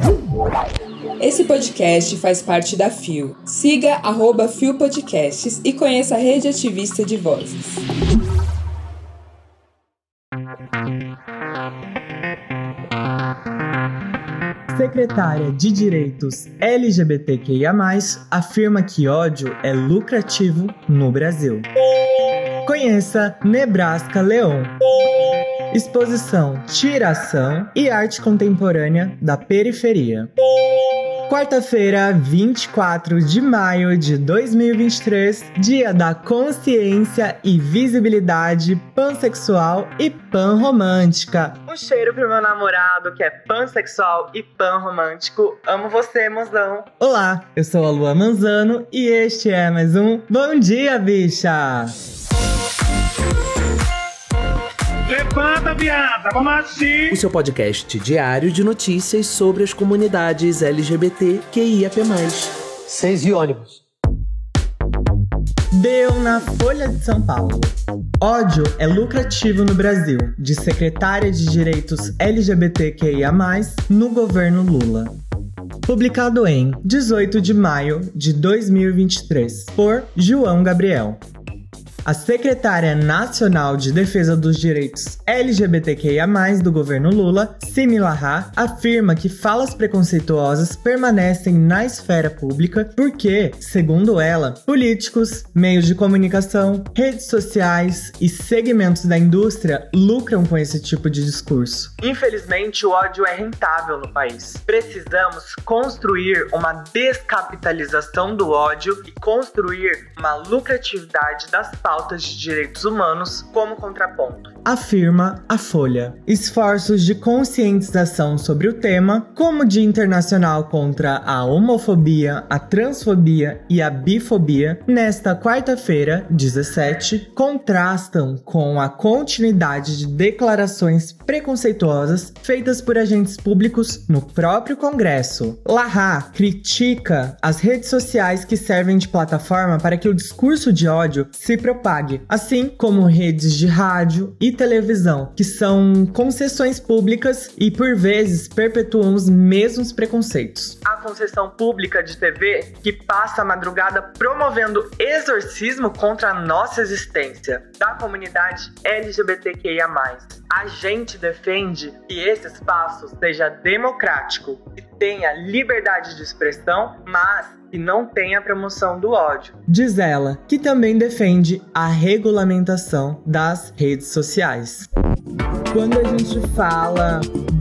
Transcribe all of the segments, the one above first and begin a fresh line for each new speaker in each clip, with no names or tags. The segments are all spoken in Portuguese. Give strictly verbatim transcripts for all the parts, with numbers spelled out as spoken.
Esse podcast faz parte da F I O. Siga arroba F I O Podcasts e conheça a rede ativista de vozes.
Secretária de Direitos L G B T Q I A mais, afirma que ódio é lucrativo no Brasil. Conheça Nebraska Leon. Exposição Tiração e Arte Contemporânea da Periferia. Quarta-feira, vinte e quatro de maio de dois mil e vinte e três, Dia da Consciência e Visibilidade Pansexual e Panromântica. Um cheiro pro meu namorado que é pansexual e panromântico. Amo você, mozão. Olá, eu sou a Lua Manzano e este é mais um Bom Dia, Bicha!
Levanta, viada, vamos assim!
O seu podcast diário de notícias sobre as comunidades L G B T Q I A P mais.
Seis e ônibus.
Deu na Folha de São Paulo. Ódio é lucrativo no Brasil, de secretária de Direitos L G B T Q I A mais, no governo Lula. Publicado em dezoito de maio de dois mil e vinte e três, por João Gabriel. A secretária nacional de defesa dos direitos L G B T Q I A mais, do governo Lula, Simi Lahar, afirma que falas preconceituosas permanecem na esfera pública porque, segundo ela, políticos, meios de comunicação, redes sociais e segmentos da indústria lucram com esse tipo de discurso. Infelizmente, o ódio é rentável no país. Precisamos construir uma descapitalização do ódio e construir uma lucratividade das pautas pautas de direitos humanos como contraponto. Afirma a Folha. Esforços de conscientização sobre o tema, como o Dia Internacional contra a Homofobia, a Transfobia e a Bifobia, nesta quarta-feira, dezessete, contrastam com a continuidade de declarações preconceituosas feitas por agentes públicos no próprio Congresso. Lahar critica as redes sociais que servem de plataforma para que o discurso de ódio se propague, assim como redes de rádio e televisão, que são concessões públicas e, por vezes, perpetuam os mesmos preconceitos. A concessão pública de T V que passa a madrugada promovendo exorcismo contra a nossa existência, da comunidade L G B T Q I A mais. A gente defende que esse espaço seja democrático, que tenha liberdade de expressão, mas que não tenha a promoção do ódio. Diz ela, que também defende a regulamentação das redes sociais. Quando a gente fala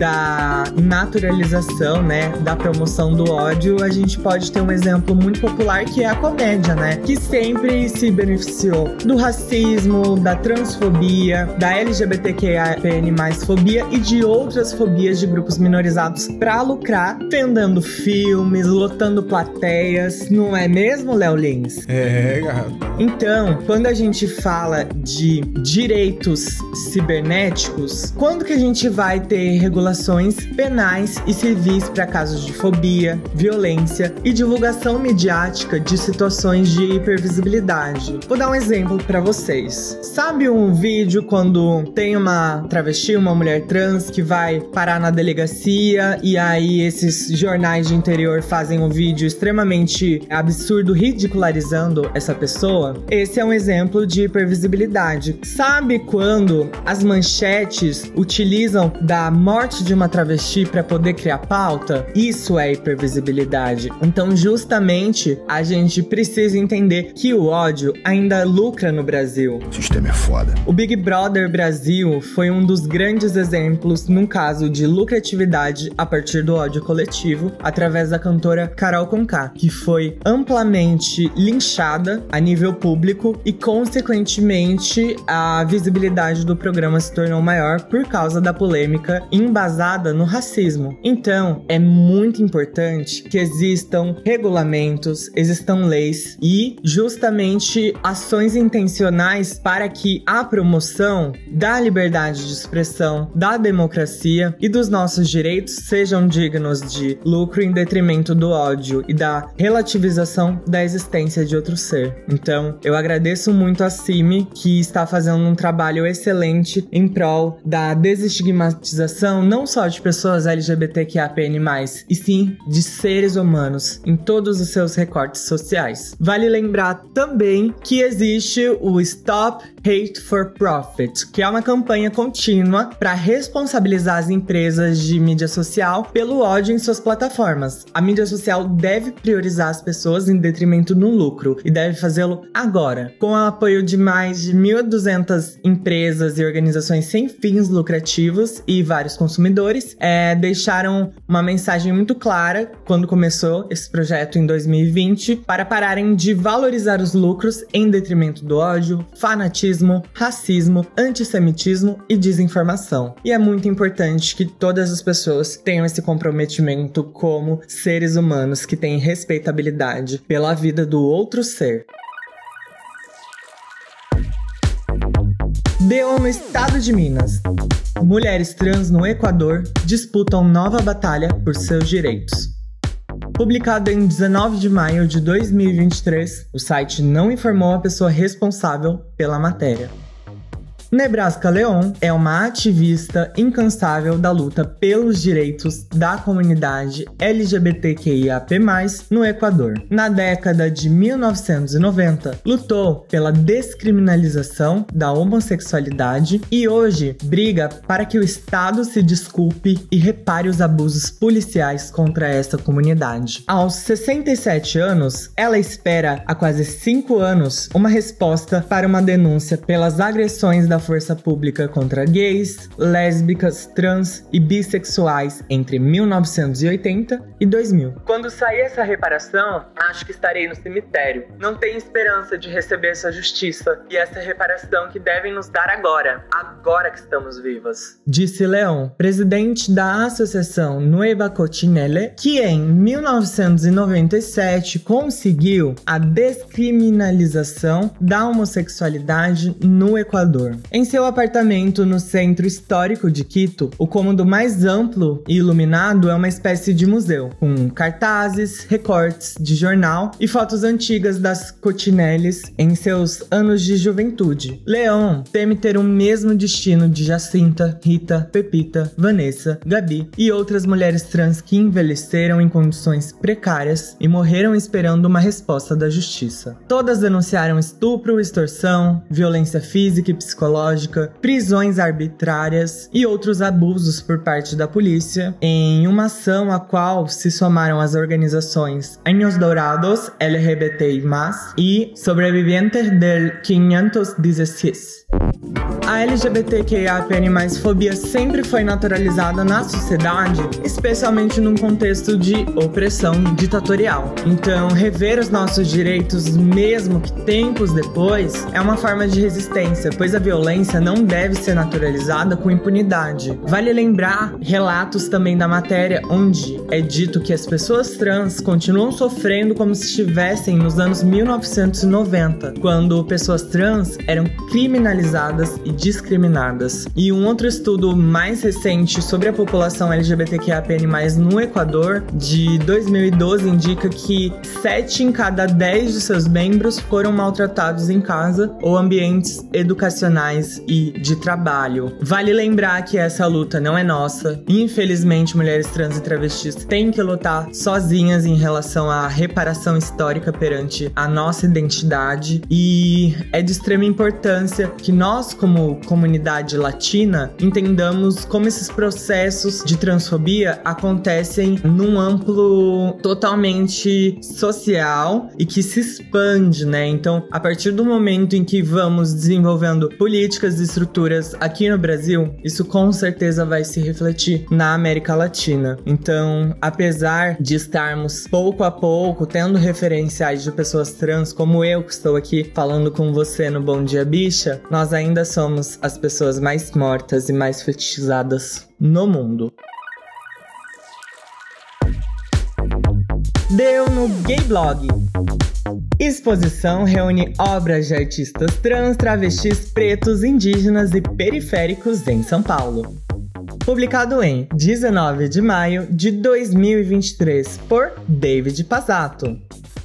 da naturalização, né, da promoção do ódio, a gente pode ter um exemplo muito popular que é a comédia, né, que sempre se beneficiou do racismo, da transfobia, da L G B T Q I A P N mais fobia e de outras fobias de grupos minorizados para lucrar, vendendo filmes, lotando plateias, não é mesmo, Léo Lins?
É, garota.
Então, quando a gente fala de direitos cibernéticos, quando que a gente vai ter regulações penais e civis para casos de fobia, violência e divulgação midiática de situações de hipervisibilidade? Vou dar um exemplo para vocês. Sabe um vídeo quando tem uma travesti, uma mulher trans que vai parar na delegacia e aí esses jornais de interior fazem um vídeo extremamente absurdo ridicularizando essa pessoa? Esse é um exemplo de hipervisibilidade. Sabe quando as manchetes utilizam da morte de uma travesti para poder criar pauta? Isso é hipervisibilidade. Então, justamente, a gente precisa entender que o ódio ainda lucra no Brasil.
O sistema é foda.
O Big Brother Brasil foi um dos grandes exemplos num caso de lucratividade a partir do ódio coletivo, através da cantora Carol Conká, que foi amplamente linchada a nível público e, consequentemente, a visibilidade do programa se tornou maior por causa da polêmica embasada no racismo. Então, é muito importante que existam regulamentos, existam leis e, justamente, ações intencionais para que a promoção da liberdade de expressão, da democracia e dos nossos direitos sejam dignos de lucro em detrimento do ódio e da relativização da existência de outro ser. Então, eu agradeço muito a Simi, que está fazendo um trabalho excelente em prol da desestigmatização não só de pessoas L G B T Q I A P N mais, e sim de seres humanos em todos os seus recortes sociais. Vale lembrar também que existe o Stop Hate for Profit, que é uma campanha contínua para responsabilizar as empresas de mídia social pelo ódio em suas plataformas. A mídia social deve priorizar as pessoas em detrimento do lucro e deve fazê-lo agora. Com o apoio de mais de mil e duzentas empresas e organizações sem fins lucrativos e vários consumidores, é, deixaram uma mensagem muito clara quando começou esse projeto em dois mil e vinte para pararem de valorizar os lucros em detrimento do ódio, fanatismo, racismo, antissemitismo e desinformação. E é muito importante que todas as pessoas tenham esse comprometimento como seres humanos que têm respeitabilidade pela vida do outro ser. Deu no estado de Minas. Mulheres trans no Equador disputam nova batalha por seus direitos. Publicado em dezenove de maio de dois mil e vinte e três, o site não informou a pessoa responsável pela matéria. Nebraska Leon é uma ativista incansável da luta pelos direitos da comunidade L G B T Q I A P mais, no Equador. Na década de mil novecentos e noventa, lutou pela descriminalização da homossexualidade e hoje briga para que o Estado se desculpe e repare os abusos policiais contra essa comunidade. Aos sessenta e sete anos, ela espera há quase cinco anos uma resposta para uma denúncia pelas agressões da força pública contra gays, lésbicas, trans e bissexuais entre mil novecentos e oitenta e dois mil. Quando sair essa reparação, acho que estarei no cemitério. Não tenho esperança de receber essa justiça e essa reparação que devem nos dar agora, agora que estamos vivas. Disse Leon, presidente da Associação Nueva Cochinelle, que em mil novecentos e noventa e sete conseguiu a descriminalização da homossexualidade no Equador. Em seu apartamento no centro histórico de Quito, o cômodo mais amplo e iluminado é uma espécie de museu, com cartazes, recortes de jornal e fotos antigas das Cochinelles em seus anos de juventude. Leon teme ter o mesmo destino de Jacinta, Rita, Pepita, Vanessa, Gabi e outras mulheres trans que envelheceram em condições precárias e morreram esperando uma resposta da justiça. Todas denunciaram estupro, extorsão, violência física e psicológica, prisões arbitrárias e outros abusos por parte da polícia, em uma ação a qual se somaram as organizações Años Dourados L G B T I mais, e Sobrevivientes del quinhentos e dezesseis. A L G B T Q I A P N mais fobia sempre foi naturalizada na sociedade, especialmente num contexto de opressão ditatorial. Então, rever os nossos direitos, mesmo que tempos depois, é uma forma de resistência, pois a violência não deve ser naturalizada com impunidade. Vale lembrar relatos também da matéria, onde é dito que as pessoas trans continuam sofrendo como se estivessem nos anos mil novecentos e noventa, quando pessoas trans eram criminalizadas e discriminadas. E um outro estudo mais recente sobre a população L G B T Q I A P N mais, no Equador, de dois mil e doze, indica que sete em cada dez de seus membros foram maltratados em casa ou ambientes educacionais e de trabalho. Vale lembrar que essa luta não é nossa. Infelizmente, mulheres trans e travestis têm que lutar sozinhas em relação à reparação histórica perante a nossa identidade, e é de extrema importância que nós, como comunidade latina, entendamos como esses processos de transfobia acontecem num amplo totalmente social e que se expande, né? Então, a partir do momento em que vamos desenvolvendo políticas e estruturas aqui no Brasil, isso com certeza vai se refletir na América Latina. Então, apesar de estarmos pouco a pouco tendo referenciais de pessoas trans, como eu que estou aqui falando com você no Bom Dia Bicha, nós ainda somos as pessoas mais mortas e mais fetichizadas no mundo. Deu no Gay Blog. Exposição reúne obras de artistas trans, travestis, pretos, indígenas e periféricos em São Paulo. Publicado em dezenove de maio de dois mil e vinte e três por David Pazzato.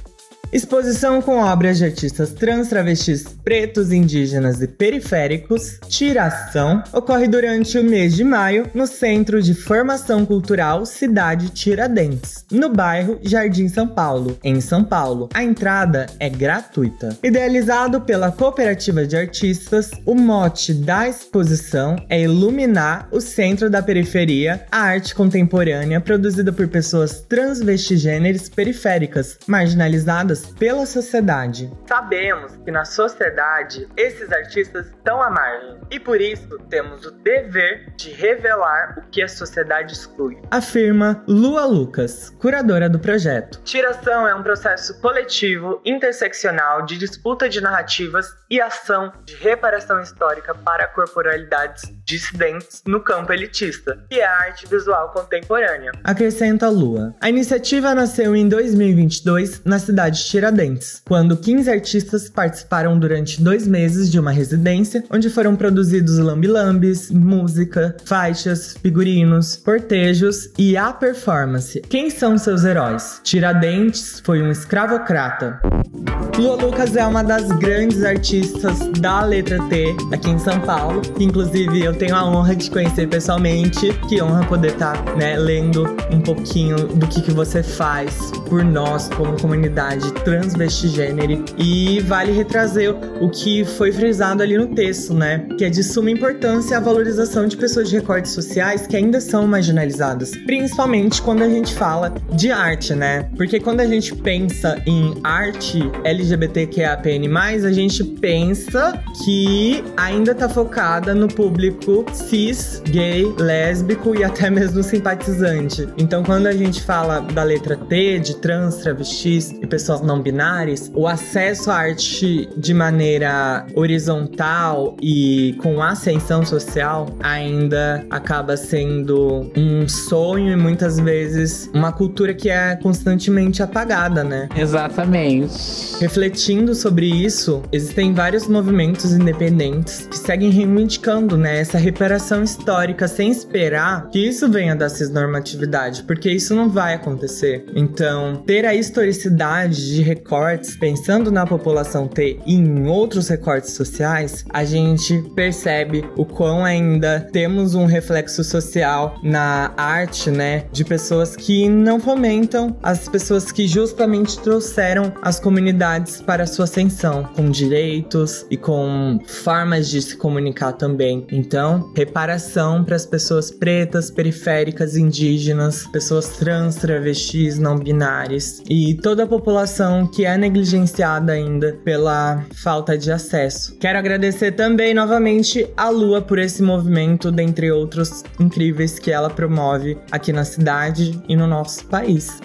Exposição com obras de artistas trans, travestis, pretos, indígenas e periféricos, Tiração, ocorre durante o mês de maio no Centro de Formação Cultural Cidade Tiradentes, no bairro Jardim São Paulo, em São Paulo. A entrada é gratuita. Idealizado pela Cooperativa de Artistas, o mote da exposição é iluminar o centro da periferia, a arte contemporânea produzida por pessoas transvestigêneres periféricas, marginalizadas pela sociedade. Sabemos que na sociedade esses artistas estão à margem e por isso temos o dever de revelar o que a sociedade exclui, afirma Lua Lucas, curadora do projeto. Tiração é um processo coletivo, interseccional de disputa de narrativas e ação de reparação histórica para corporalidades dissidentes no campo elitista, que é a arte visual contemporânea. Acrescenta Lua. A iniciativa nasceu em dois mil e vinte e dois na cidade de Tiradentes, quando quinze artistas participaram durante dois meses de uma residência, onde foram produzidos lambi-lambis, música, faixas, figurinos, cortejos e a performance. Quem são seus heróis? Tiradentes foi um escravocrata. Lua Lucas é uma das grandes artistas da letra T aqui em São Paulo, que inclusive eu tenho a honra de conhecer pessoalmente. Que honra poder estar, tá, né, lendo um pouquinho do que, que você faz por nós como comunidade transvestigênere. E vale retrazer o que foi frisado ali no texto, né, que é de suma importância a valorização de pessoas de recortes sociais que ainda são marginalizadas, principalmente quando a gente fala de arte, né, porque quando a gente pensa em arte L G B T Q I A P N mais, a gente pensa que ainda tá focada no público cis, gay, lésbico e até mesmo simpatizante. Então, quando a gente fala da letra T, de trans, travestis e pessoas não binárias, o acesso à arte de maneira horizontal e com ascensão social ainda acaba sendo um sonho e muitas vezes uma cultura que é constantemente apagada, né?
Exatamente.
Refletindo sobre isso, existem vários movimentos independentes que seguem reivindicando, né, essa reparação histórica sem esperar que isso venha da cisnormatividade, porque isso não vai acontecer. Então, ter a historicidade de recortes, pensando na população T e em outros recortes sociais, a gente percebe o quão ainda temos um reflexo social na arte, né, de pessoas que não fomentam as pessoas que justamente trouxeram as comunidades para sua ascensão, com direitos e com formas de se comunicar também. Então, reparação para as pessoas pretas, periféricas, indígenas, pessoas trans, travestis, não binárias e toda a população que é negligenciada ainda pela falta de acesso. Quero agradecer também novamente a Lua por esse movimento, dentre outros incríveis que ela promove aqui na cidade e no nosso país.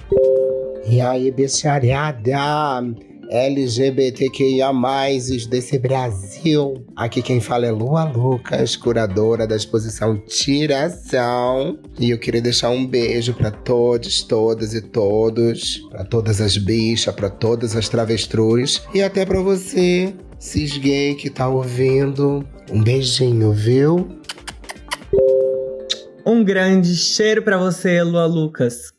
E aí, bicharada, L G B T Q I A mais, desse Brasil. Aqui quem fala é Lua Lucas, curadora da exposição Tiração. E eu queria deixar um beijo pra todos, todas e todos, pra todas as bichas, pra todas as travestrus e até pra você, cis gay que tá ouvindo. Um beijinho, viu?
Um grande cheiro pra você, Lua Lucas.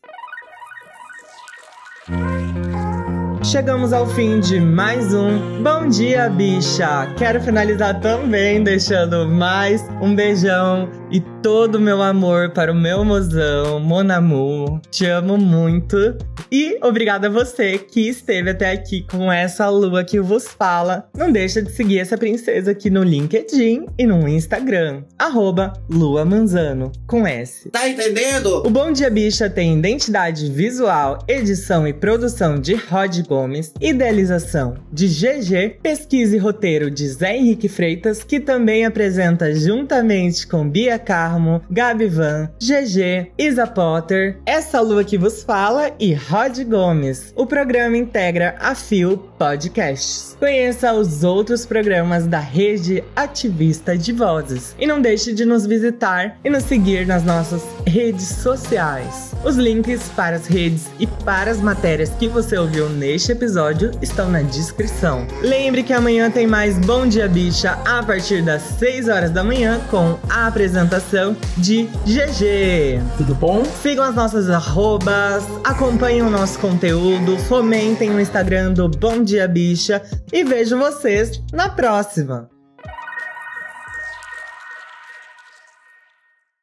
Chegamos ao fim de mais um Bom Dia, Bicha! Quero finalizar também deixando mais um beijão e todo o meu amor para o meu mozão, Mon Amour. Te amo muito. E obrigada a você que esteve até aqui com essa lua que vos fala. Não deixa de seguir essa princesa aqui no LinkedIn e no Instagram. Arroba Lua Manzano, com S.
Tá entendendo?
O Bom Dia, Bicha tem identidade visual, edição e produção de Rod Gomes, idealização de G G, pesquisa e roteiro de Zé Henrique Freitas, que também apresenta juntamente com Bia Carmo, Gabi Van, G G, Isa Potter, essa lua que vos fala e Rod Gomes. O programa integra a Fio Podcasts. Conheça os outros programas da rede ativista de vozes. E não deixe de nos visitar e nos seguir nas nossas redes sociais. Os links para as redes e para as matérias que você ouviu neste episódio estão na descrição. Lembre que amanhã tem mais Bom Dia, Bicha a partir das seis horas da manhã com a apresentação apresentação de G G.
Tudo bom?
Sigam as nossas arrobas, acompanhem o nosso conteúdo, fomentem o Instagram do Bom Dia Bicha e vejo vocês na próxima!